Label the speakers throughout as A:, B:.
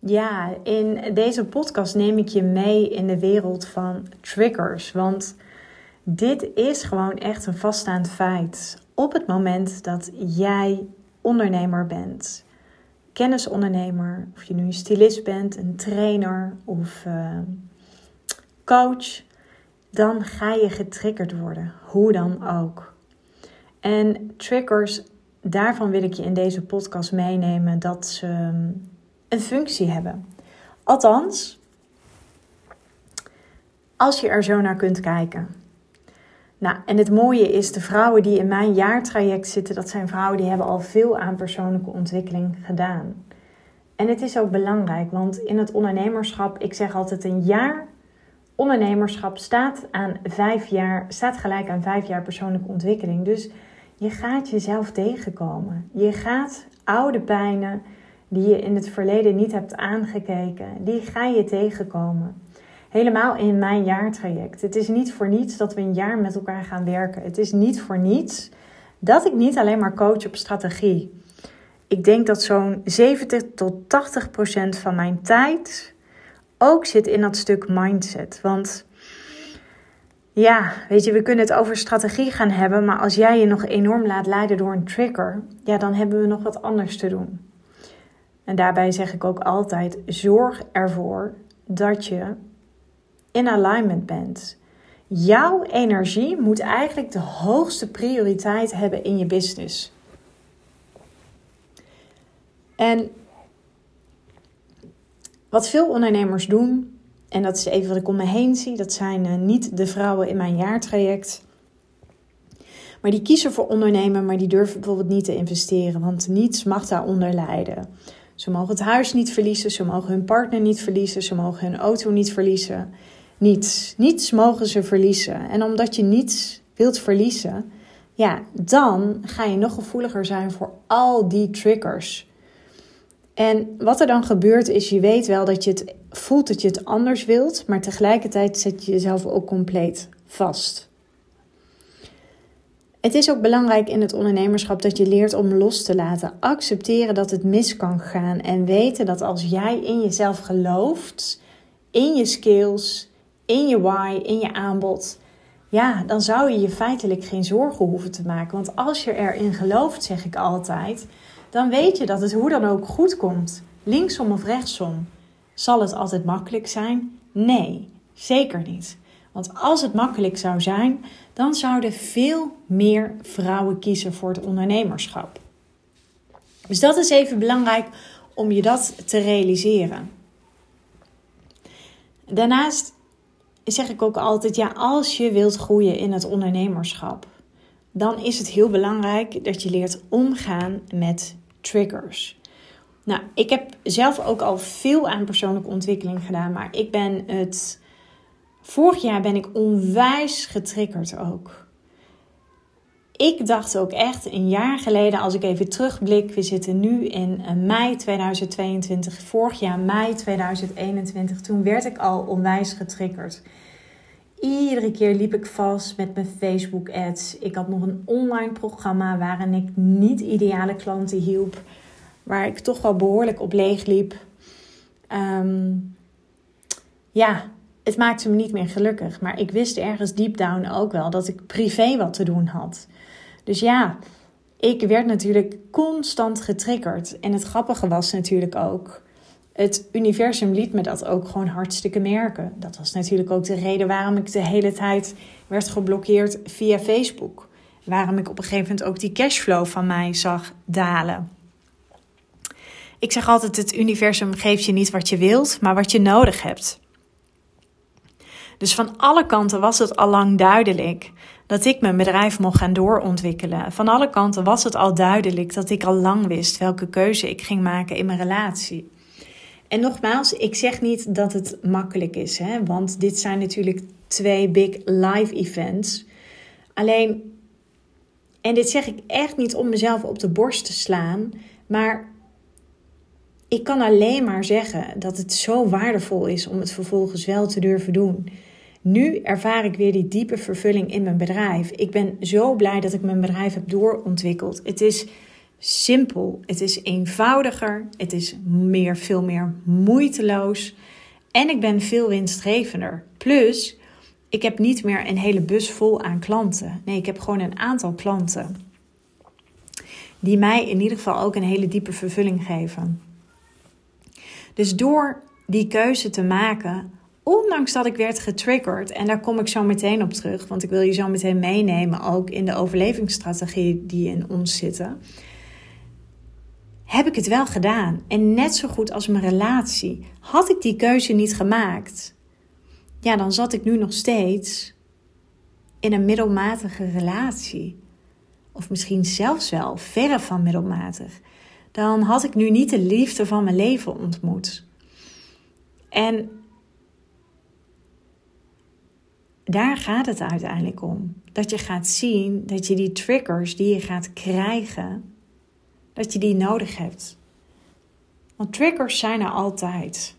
A: Ja, in deze podcast neem ik je mee in de wereld van triggers. Want dit is gewoon echt een vaststaand feit. Op het moment dat jij ondernemer bent, kennisondernemer, of je nu een stylist bent, een trainer of coach, dan ga je getriggerd worden, hoe dan ook. En triggers, daarvan wil ik je in deze podcast meenemen dat ze een functie hebben. Althans, als je er zo naar kunt kijken. Nou, en het mooie is, de vrouwen die in mijn jaartraject zitten, dat zijn vrouwen die hebben al veel aan persoonlijke ontwikkeling gedaan. En het is ook belangrijk, want in het ondernemerschap, ik zeg altijd een jaar ondernemerschap staat gelijk aan 5 jaar persoonlijke ontwikkeling. Dus je gaat jezelf tegenkomen. Je gaat oude pijnen die je in het verleden niet hebt aangekeken, die ga je tegenkomen. Helemaal in mijn jaartraject. Het is niet voor niets dat we een jaar met elkaar gaan werken. Het is niet voor niets dat ik niet alleen maar coach op strategie. Ik denk dat zo'n 70-80% van mijn tijd ook zit in dat stuk mindset. Want ja, weet je, we kunnen het over strategie gaan hebben, maar als jij je nog enorm laat leiden door een trigger, ja, dan hebben we nog wat anders te doen. En daarbij zeg ik ook altijd, zorg ervoor dat je in alignment bent. Jouw energie moet eigenlijk de hoogste prioriteit hebben in je business. En wat veel ondernemers doen, en dat is even wat ik om me heen zie, dat zijn niet de vrouwen in mijn jaartraject, maar die kiezen voor ondernemen, maar die durven bijvoorbeeld niet te investeren, want niets mag daaronder lijden. Ze mogen het huis niet verliezen, ze mogen hun partner niet verliezen, ze mogen hun auto niet verliezen. Niets mogen ze verliezen. En omdat je niets wilt verliezen, ja, dan ga je nog gevoeliger zijn voor al die triggers. En wat er dan gebeurt is, je weet wel dat je het voelt dat je het anders wilt, maar tegelijkertijd zet je jezelf ook compleet vast. Het is ook belangrijk in het ondernemerschap dat je leert om los te laten, accepteren dat het mis kan gaan en weten dat als jij in jezelf gelooft, in je skills, in je why, in je aanbod, ja, dan zou je je feitelijk geen zorgen hoeven te maken. Want als je erin gelooft, zeg ik altijd, dan weet je dat het hoe dan ook goed komt. Linksom of rechtsom. Zal het altijd makkelijk zijn? Nee, zeker niet. Want als het makkelijk zou zijn, dan zouden veel meer vrouwen kiezen voor het ondernemerschap. Dus dat is even belangrijk om je dat te realiseren. Daarnaast zeg ik ook altijd, ja, als je wilt groeien in het ondernemerschap, dan is het heel belangrijk dat je leert omgaan met triggers. Nou, ik heb zelf ook al veel aan persoonlijke ontwikkeling gedaan, maar vorig jaar ben ik onwijs getriggerd ook. Ik dacht ook echt een jaar geleden, als ik even terugblik, we zitten nu in mei 2022, vorig jaar mei 2021, toen werd ik al onwijs getriggerd. Iedere keer liep ik vast met mijn Facebook ads. Ik had nog een online programma waarin ik niet ideale klanten hielp, waar ik toch wel behoorlijk op leeg liep. Het maakte me niet meer gelukkig. Maar ik wist ergens deep down ook wel dat ik privé wat te doen had. Dus ja, ik werd natuurlijk constant getriggerd. En het grappige was natuurlijk ook, het universum liet me dat ook gewoon hartstikke merken. Dat was natuurlijk ook de reden waarom ik de hele tijd werd geblokkeerd via Facebook. Waarom ik op een gegeven moment ook die cashflow van mij zag dalen. Ik zeg altijd, het universum geeft je niet wat je wilt, maar wat je nodig hebt. Dus van alle kanten was het al lang duidelijk dat ik mijn bedrijf mocht gaan doorontwikkelen. Van alle kanten was het al duidelijk dat ik al lang wist welke keuze ik ging maken in mijn relatie. En nogmaals, ik zeg niet dat het makkelijk is, want dit zijn natuurlijk 2 big live events. Alleen, en dit zeg ik echt niet om mezelf op de borst te slaan, maar ik kan alleen maar zeggen dat het zo waardevol is om het vervolgens wel te durven doen. Nu ervaar ik weer die diepe vervulling in mijn bedrijf. Ik ben zo blij dat ik mijn bedrijf heb doorontwikkeld. Het is simpel. Het is eenvoudiger. Het is veel meer moeiteloos. En ik ben veel winstgevender. Plus, ik heb niet meer een hele bus vol aan klanten. Nee, ik heb gewoon een aantal klanten. Die mij in ieder geval ook een hele diepe vervulling geven. Dus door die keuze te maken, ondanks dat ik werd getriggerd, en daar kom ik zo meteen op terug, want ik wil je zo meteen meenemen ook in de overlevingsstrategieën die in ons zitten, heb ik het wel gedaan. En net zo goed als mijn relatie. Had ik die keuze niet gemaakt, ja, dan zat ik nu nog steeds in een middelmatige relatie. Of misschien zelfs wel verre van middelmatig. Dan had ik nu niet de liefde van mijn leven ontmoet. En daar gaat het uiteindelijk om. Dat je gaat zien dat je die triggers die je gaat krijgen, dat je die nodig hebt. Want triggers zijn er altijd.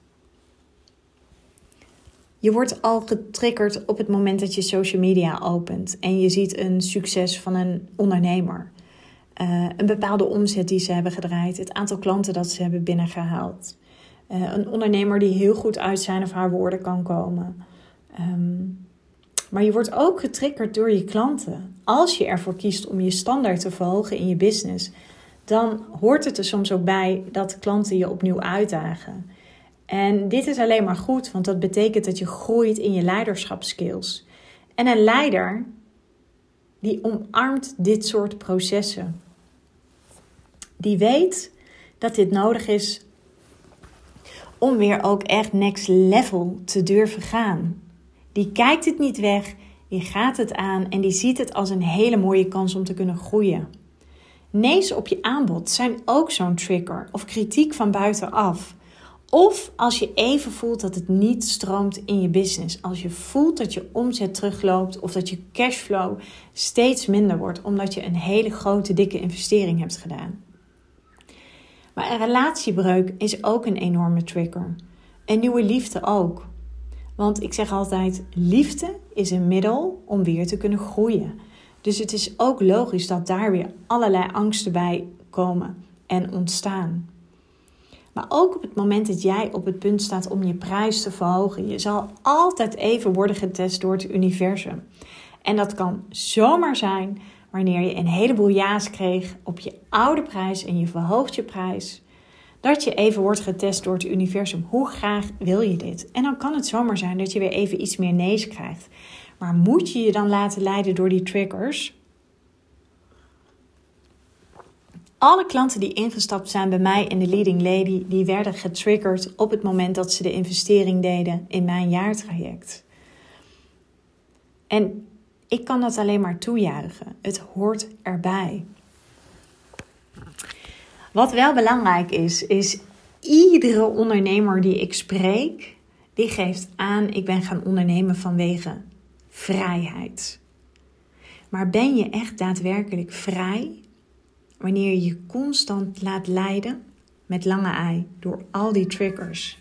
A: Je wordt al getriggerd op het moment dat je social media opent. En je ziet een succes van een ondernemer. Een bepaalde omzet die ze hebben gedraaid. Het aantal klanten dat ze hebben binnengehaald. Een ondernemer die heel goed uit zijn of haar woorden kan komen. Maar je wordt ook getriggerd door je klanten. Als je ervoor kiest om je standaard te verhogen in je business, dan hoort het er soms ook bij dat klanten je opnieuw uitdagen. En dit is alleen maar goed, want dat betekent dat je groeit in je leiderschapskills. En een leider, die omarmt dit soort processen. Die weet dat dit nodig is om weer ook echt next level te durven gaan. Die kijkt het niet weg, die gaat het aan en die ziet het als een hele mooie kans om te kunnen groeien. Nee's op je aanbod zijn ook zo'n trigger of kritiek van buitenaf. Of als je even voelt dat het niet stroomt in je business. Als je voelt dat je omzet terugloopt of dat je cashflow steeds minder wordt omdat je een hele grote dikke investering hebt gedaan. Maar een relatiebreuk is ook een enorme trigger. Een nieuwe liefde ook. Want ik zeg altijd, liefde is een middel om weer te kunnen groeien. Dus het is ook logisch dat daar weer allerlei angsten bij komen en ontstaan. Maar ook op het moment dat jij op het punt staat om je prijs te verhogen, je zal altijd even worden getest door het universum. En dat kan zomaar zijn wanneer je een heleboel ja's kreeg op je oude prijs en je verhoogt je prijs. Dat je even wordt getest door het universum. Hoe graag wil je dit? En dan kan het zomaar zijn dat je weer even iets meer nee's krijgt. Maar moet je je dan laten leiden door die triggers? Alle klanten die ingestapt zijn bij mij in de Leading Lady, die werden getriggerd op het moment dat ze de investering deden in mijn jaartraject. En ik kan dat alleen maar toejuichen. Het hoort erbij. Wat wel belangrijk is iedere ondernemer die ik spreek, die geeft aan, ik ben gaan ondernemen vanwege vrijheid. Maar ben je echt daadwerkelijk vrij wanneer je je constant laat leiden met lange ei door al die triggers?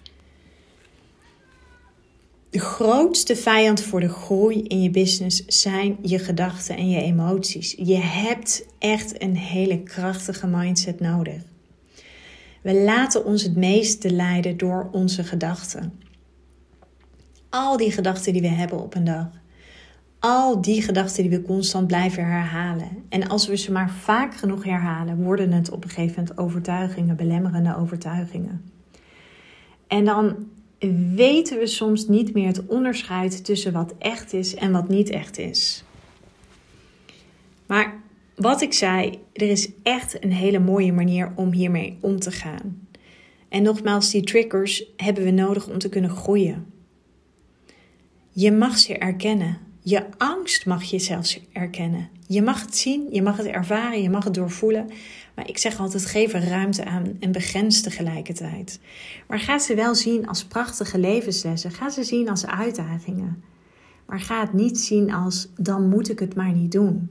A: De grootste vijand voor de groei in je business zijn je gedachten en je emoties. Je hebt echt een hele krachtige mindset nodig. We laten ons het meeste leiden door onze gedachten. Al die gedachten die we hebben op een dag. Al die gedachten die we constant blijven herhalen. En als we ze maar vaak genoeg herhalen, worden het op een gegeven moment overtuigingen, belemmerende overtuigingen. En dan weten we soms niet meer het onderscheid tussen wat echt is en wat niet echt is. Maar wat ik zei, er is echt een hele mooie manier om hiermee om te gaan. En nogmaals, die triggers hebben we nodig om te kunnen groeien. Je mag ze erkennen. Je angst mag je zelfs erkennen. Je mag het zien, je mag het ervaren, je mag het doorvoelen. Maar ik zeg altijd, geef er ruimte aan en begrens tegelijkertijd. Maar ga ze wel zien als prachtige levenslessen. Ga ze zien als uitdagingen. Maar ga het niet zien als, dan moet ik het maar niet doen.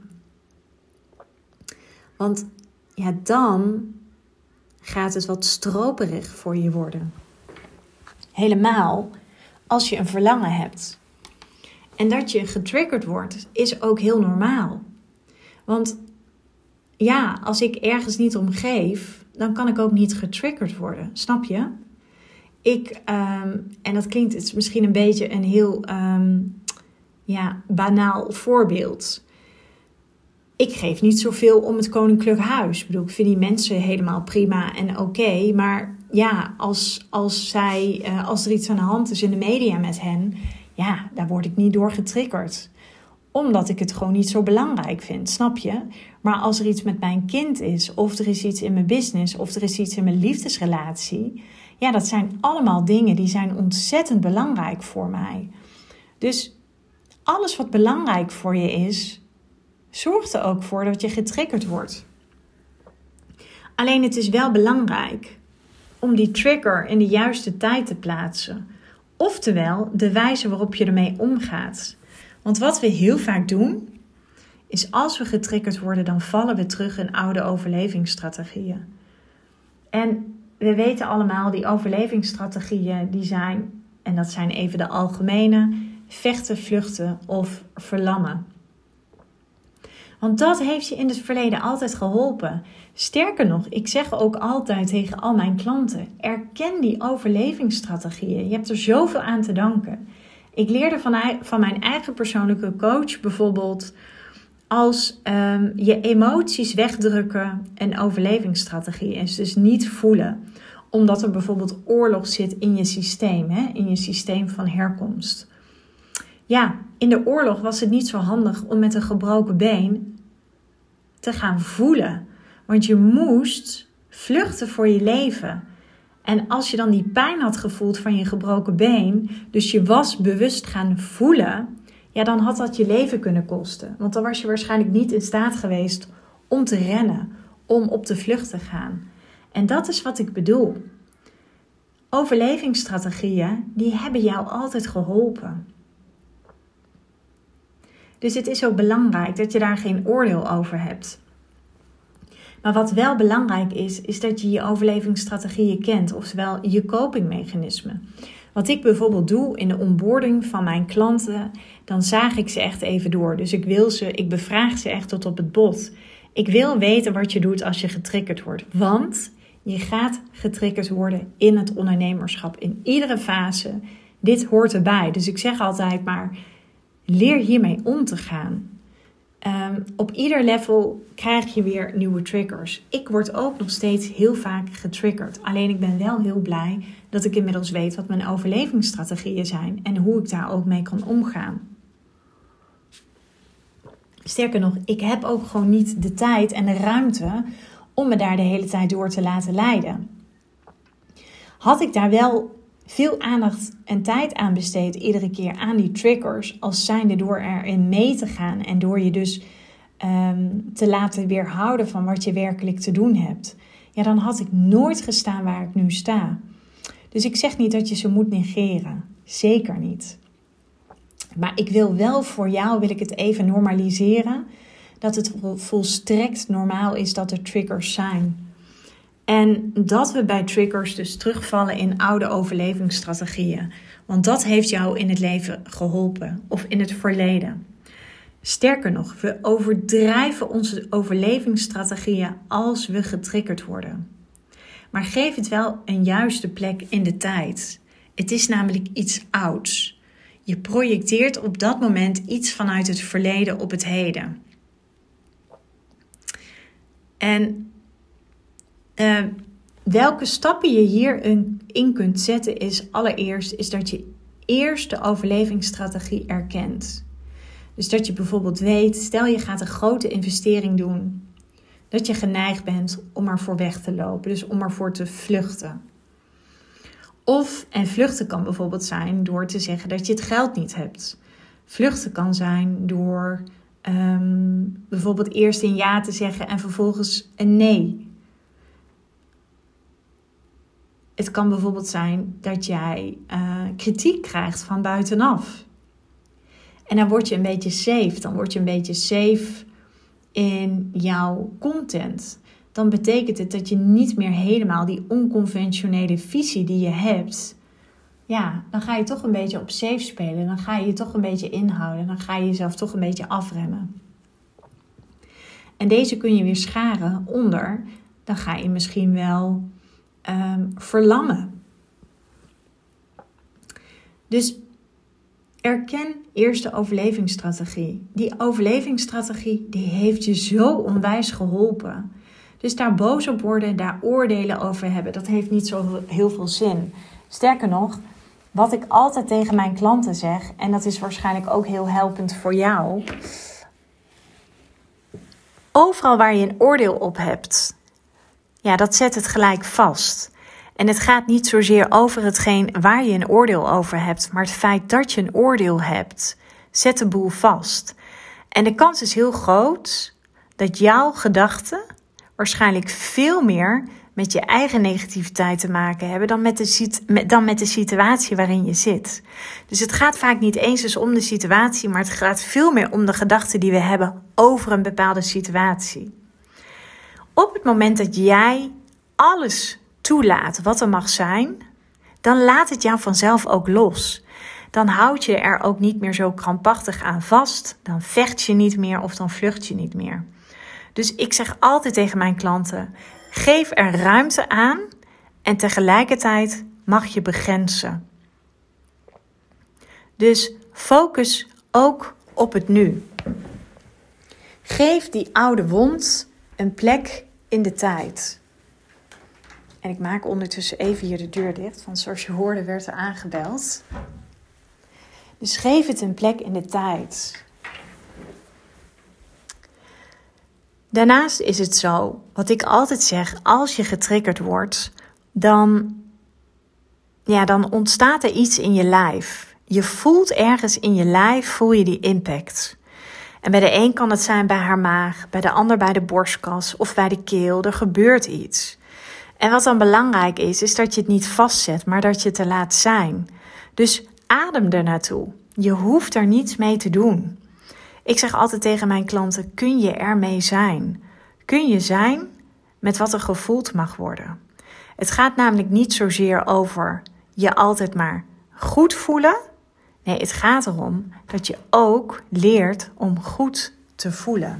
A: Want ja, dan gaat het wat stroperig voor je worden. Helemaal als je een verlangen hebt. En dat je getriggerd wordt, is ook heel normaal. Want als ik ergens niet om geef, dan kan ik ook niet getriggerd worden. Snap je? En dat klinkt, het is misschien een beetje een heel banaal voorbeeld. Ik geef niet zoveel om het Koninklijk Huis. Ik bedoel, ik vind die mensen helemaal prima en oké. Maar ja, als er iets aan de hand is in de media met hen, ja, daar word ik niet door getriggerd. Omdat ik het gewoon niet zo belangrijk vind, snap je? Maar als er iets met mijn kind is, of er is iets in mijn business, of er is iets in mijn liefdesrelatie, ja, dat zijn allemaal dingen die zijn ontzettend belangrijk voor mij. Dus alles wat belangrijk voor je is, zorgt er ook voor dat je getriggerd wordt. Alleen het is wel belangrijk om die trigger in de juiste tijd te plaatsen. Oftewel, de wijze waarop je ermee omgaat. Want wat we heel vaak doen, is als we getriggerd worden, dan vallen we terug in oude overlevingsstrategieën. En we weten allemaal, die overlevingsstrategieën, die zijn, en dat zijn even de algemene, vechten, vluchten of verlammen. Want dat heeft je in het verleden altijd geholpen. Sterker nog, ik zeg ook altijd tegen al mijn klanten, erken die overlevingsstrategieën. Je hebt er zoveel aan te danken. Ik leerde van mijn eigen persoonlijke coach bijvoorbeeld, als je emoties wegdrukken een overlevingsstrategie is. Dus niet voelen, omdat er bijvoorbeeld oorlog zit in je systeem, in je systeem van herkomst. Ja, in de oorlog was het niet zo handig om met een gebroken been te gaan voelen. Want je moest vluchten voor je leven. En als je dan die pijn had gevoeld van je gebroken been, dus je was bewust gaan voelen, ja, dan had dat je leven kunnen kosten. Want dan was je waarschijnlijk niet in staat geweest om te rennen, om op de vlucht te gaan. En dat is wat ik bedoel. Overlevingsstrategieën, die hebben jou altijd geholpen. Dus het is ook belangrijk dat je daar geen oordeel over hebt. Maar wat wel belangrijk is dat je je overlevingsstrategieën kent, oftewel je copingmechanismen. Wat ik bijvoorbeeld doe in de onboarding van mijn klanten, dan zaag ik ze echt even door. Dus ik bevraag ze echt tot op het bot. Ik wil weten wat je doet als je getriggerd wordt. Want je gaat getriggerd worden in het ondernemerschap, in iedere fase. Dit hoort erbij. Dus ik zeg altijd maar, leer hiermee om te gaan. Op ieder level krijg je weer nieuwe triggers. Ik word ook nog steeds heel vaak getriggerd. Alleen ik ben wel heel blij dat ik inmiddels weet wat mijn overlevingsstrategieën zijn en hoe ik daar ook mee kan omgaan. Sterker nog, ik heb ook gewoon niet de tijd en de ruimte om me daar de hele tijd door te laten leiden. Had ik daar wel veel aandacht en tijd aan besteed iedere keer aan die triggers, als zijnde door erin mee te gaan en door je dus te laten weerhouden van wat je werkelijk te doen hebt, ja, dan had ik nooit gestaan waar ik nu sta. Dus ik zeg niet dat je ze moet negeren. Zeker niet. Maar ik wil wel voor jou, wil ik het even normaliseren, dat het volstrekt normaal is dat er triggers zijn. En dat we bij triggers dus terugvallen in oude overlevingsstrategieën. Want dat heeft jou in het leven geholpen of in het verleden. Sterker nog, we overdrijven onze overlevingsstrategieën als we getriggerd worden. Maar geef het wel een juiste plek in de tijd. Het is namelijk iets ouds. Je projecteert op dat moment iets vanuit het verleden op het heden. En welke stappen je hierin kunt zetten is allereerst is dat je eerst de overlevingsstrategie erkent. Dus dat je bijvoorbeeld weet, stel je gaat een grote investering doen, dat je geneigd bent om ervoor weg te lopen, dus om ervoor te vluchten. En vluchten kan bijvoorbeeld zijn door te zeggen dat je het geld niet hebt. Vluchten kan zijn door bijvoorbeeld eerst een ja te zeggen en vervolgens een nee. Het kan bijvoorbeeld zijn dat jij kritiek krijgt van buitenaf. En dan word je een beetje safe. Dan word je een beetje safe in jouw content. Dan betekent het dat je niet meer helemaal die onconventionele visie die je hebt. Ja, dan ga je toch een beetje op safe spelen. Dan ga je je toch een beetje inhouden. Dan ga je jezelf toch een beetje afremmen. En deze kun je weer scharen onder. Dan ga je misschien wel verlammen. Dus erken eerst de overlevingsstrategie. Die overlevingsstrategie die heeft je zo onwijs geholpen. Dus daar boos op worden, daar oordelen over hebben, dat heeft niet zo heel veel zin. Sterker nog, wat ik altijd tegen mijn klanten zeg, en dat is waarschijnlijk ook heel helpend voor jou. Overal waar je een oordeel op hebt, ja, dat zet het gelijk vast. En het gaat niet zozeer over hetgeen waar je een oordeel over hebt, maar het feit dat je een oordeel hebt, zet de boel vast. En de kans is heel groot dat jouw gedachten waarschijnlijk veel meer met je eigen negativiteit te maken hebben dan met de situatie waarin je zit. Dus het gaat vaak niet eens om de situatie, maar het gaat veel meer om de gedachten die we hebben over een bepaalde situatie. Op het moment dat jij alles toelaat wat er mag zijn, dan laat het jou vanzelf ook los. Dan houd je er ook niet meer zo krampachtig aan vast, dan vecht je niet meer of dan vlucht je niet meer. Dus ik zeg altijd tegen mijn klanten, geef er ruimte aan en tegelijkertijd mag je begrenzen. Dus focus ook op het nu. Geef die oude wond een plek in de tijd. En ik maak ondertussen even hier de deur dicht, want zoals je hoorde werd er aangebeld. Dus geef het een plek in de tijd. Daarnaast is het zo, wat ik altijd zeg, als je getriggerd wordt, dan ontstaat er iets in je lijf. Je voelt ergens in je lijf, voel je die impact. En bij de een kan het zijn bij haar maag, bij de ander bij de borstkas of bij de keel. Er gebeurt iets. En wat dan belangrijk is dat je het niet vastzet, maar dat je het er laat zijn. Dus adem er naartoe. Je hoeft er niets mee te doen. Ik zeg altijd tegen mijn klanten, kun je ermee zijn? Kun je zijn met wat er gevoeld mag worden? Het gaat namelijk niet zozeer over je altijd maar goed voelen. Nee, het gaat erom dat je ook leert om goed te voelen.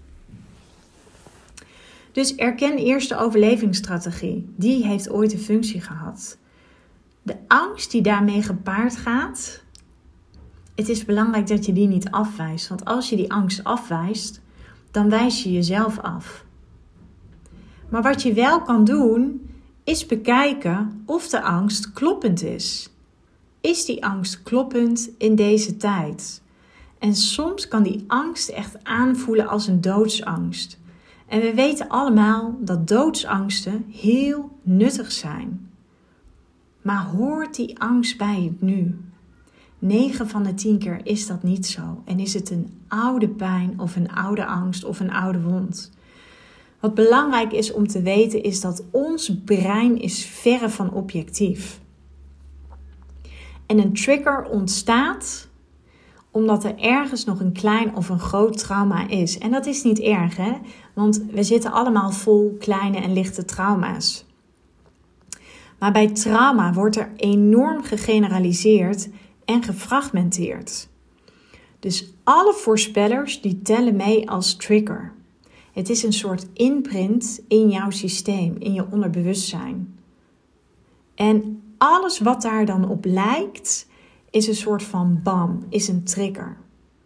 A: Dus erken eerst de overlevingsstrategie. Die heeft ooit een functie gehad. De angst die daarmee gepaard gaat, het is belangrijk dat je die niet afwijst. Want als je die angst afwijst, dan wijs je jezelf af. Maar wat je wel kan doen, is bekijken of de angst kloppend is. Is die angst kloppend in deze tijd? En soms kan die angst echt aanvoelen als een doodsangst. En we weten allemaal dat doodsangsten heel nuttig zijn. Maar hoort die angst bij het nu? 9 van de 10 keer is dat niet zo. En is het een oude pijn of een oude angst of een oude wond. Wat belangrijk is om te weten is dat ons brein is verre van objectief. En een trigger ontstaat omdat er ergens nog een klein of een groot trauma is. En dat is niet erg, hè? Want we zitten allemaal vol kleine en lichte trauma's. Maar bij trauma wordt er enorm gegeneraliseerd en gefragmenteerd. Dus alle voorspellers die tellen mee als trigger. Het is een soort imprint in jouw systeem, in je onderbewustzijn. En alles wat daar dan op lijkt, is een soort van bam, is een trigger.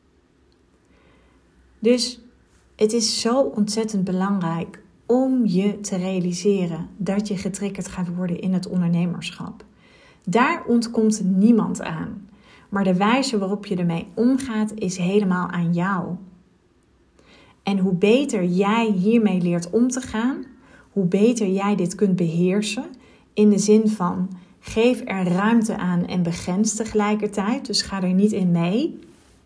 A: Dus het is zo ontzettend belangrijk om je te realiseren dat je getriggerd gaat worden in het ondernemerschap. Daar ontkomt niemand aan. Maar de wijze waarop je ermee omgaat is helemaal aan jou. En hoe beter jij hiermee leert om te gaan, hoe beter jij dit kunt beheersen, in de zin van geef er ruimte aan en begrens tegelijkertijd, dus ga er niet in mee.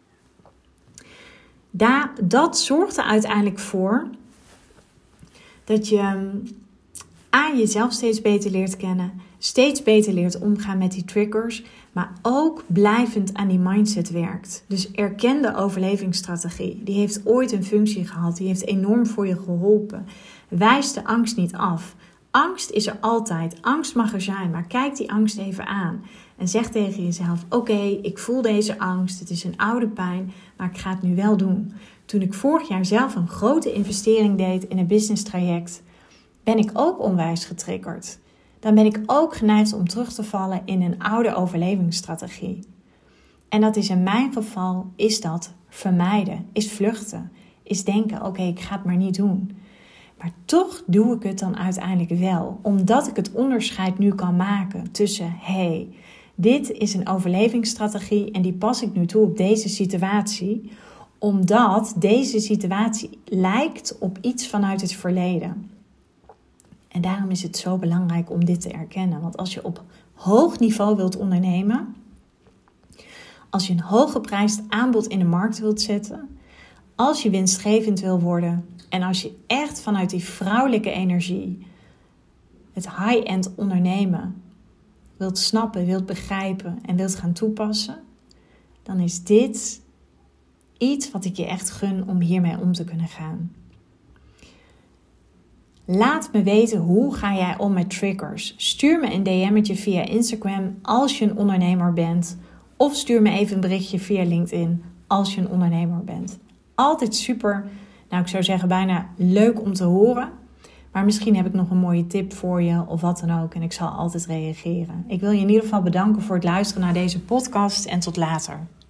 A: Dat zorgt er uiteindelijk voor dat je aan jezelf steeds beter leert kennen, steeds beter leert omgaan met die triggers, maar ook blijvend aan die mindset werkt. Dus erken de overlevingsstrategie. Die heeft ooit een functie gehad, die heeft enorm voor je geholpen. Wijs de angst niet af. Angst is er altijd. Angst mag er zijn, maar kijk die angst even aan. En zeg tegen jezelf, oké, ik voel deze angst. Het is een oude pijn, maar ik ga het nu wel doen. Toen ik vorig jaar zelf een grote investering deed in een business traject, ben ik ook onwijs getriggerd. Dan ben ik ook geneigd om terug te vallen in een oude overlevingsstrategie. En dat is in mijn geval, is dat vermijden, is vluchten, is denken, oké, ik ga het maar niet doen. Maar toch doe ik het dan uiteindelijk wel, omdat ik het onderscheid nu kan maken tussen, dit is een overlevingsstrategie en die pas ik nu toe op deze situatie, omdat deze situatie lijkt op iets vanuit het verleden. En daarom is het zo belangrijk om dit te erkennen. Want als je op hoog niveau wilt ondernemen, als je een hooggeprijsd aanbod in de markt wilt zetten, als je winstgevend wil worden en als je echt vanuit die vrouwelijke energie het high-end ondernemen wilt snappen, wilt begrijpen en wilt gaan toepassen, dan is dit iets wat ik je echt gun om hiermee om te kunnen gaan. Laat me weten, hoe ga jij om met triggers? Stuur me een DM'tje via Instagram als je een ondernemer bent. Of stuur me even een berichtje via LinkedIn als je een ondernemer bent. Altijd super, ik zou zeggen bijna leuk om te horen. Maar misschien heb ik nog een mooie tip voor je of wat dan ook. En ik zal altijd reageren. Ik wil je in ieder geval bedanken voor het luisteren naar deze podcast en tot later.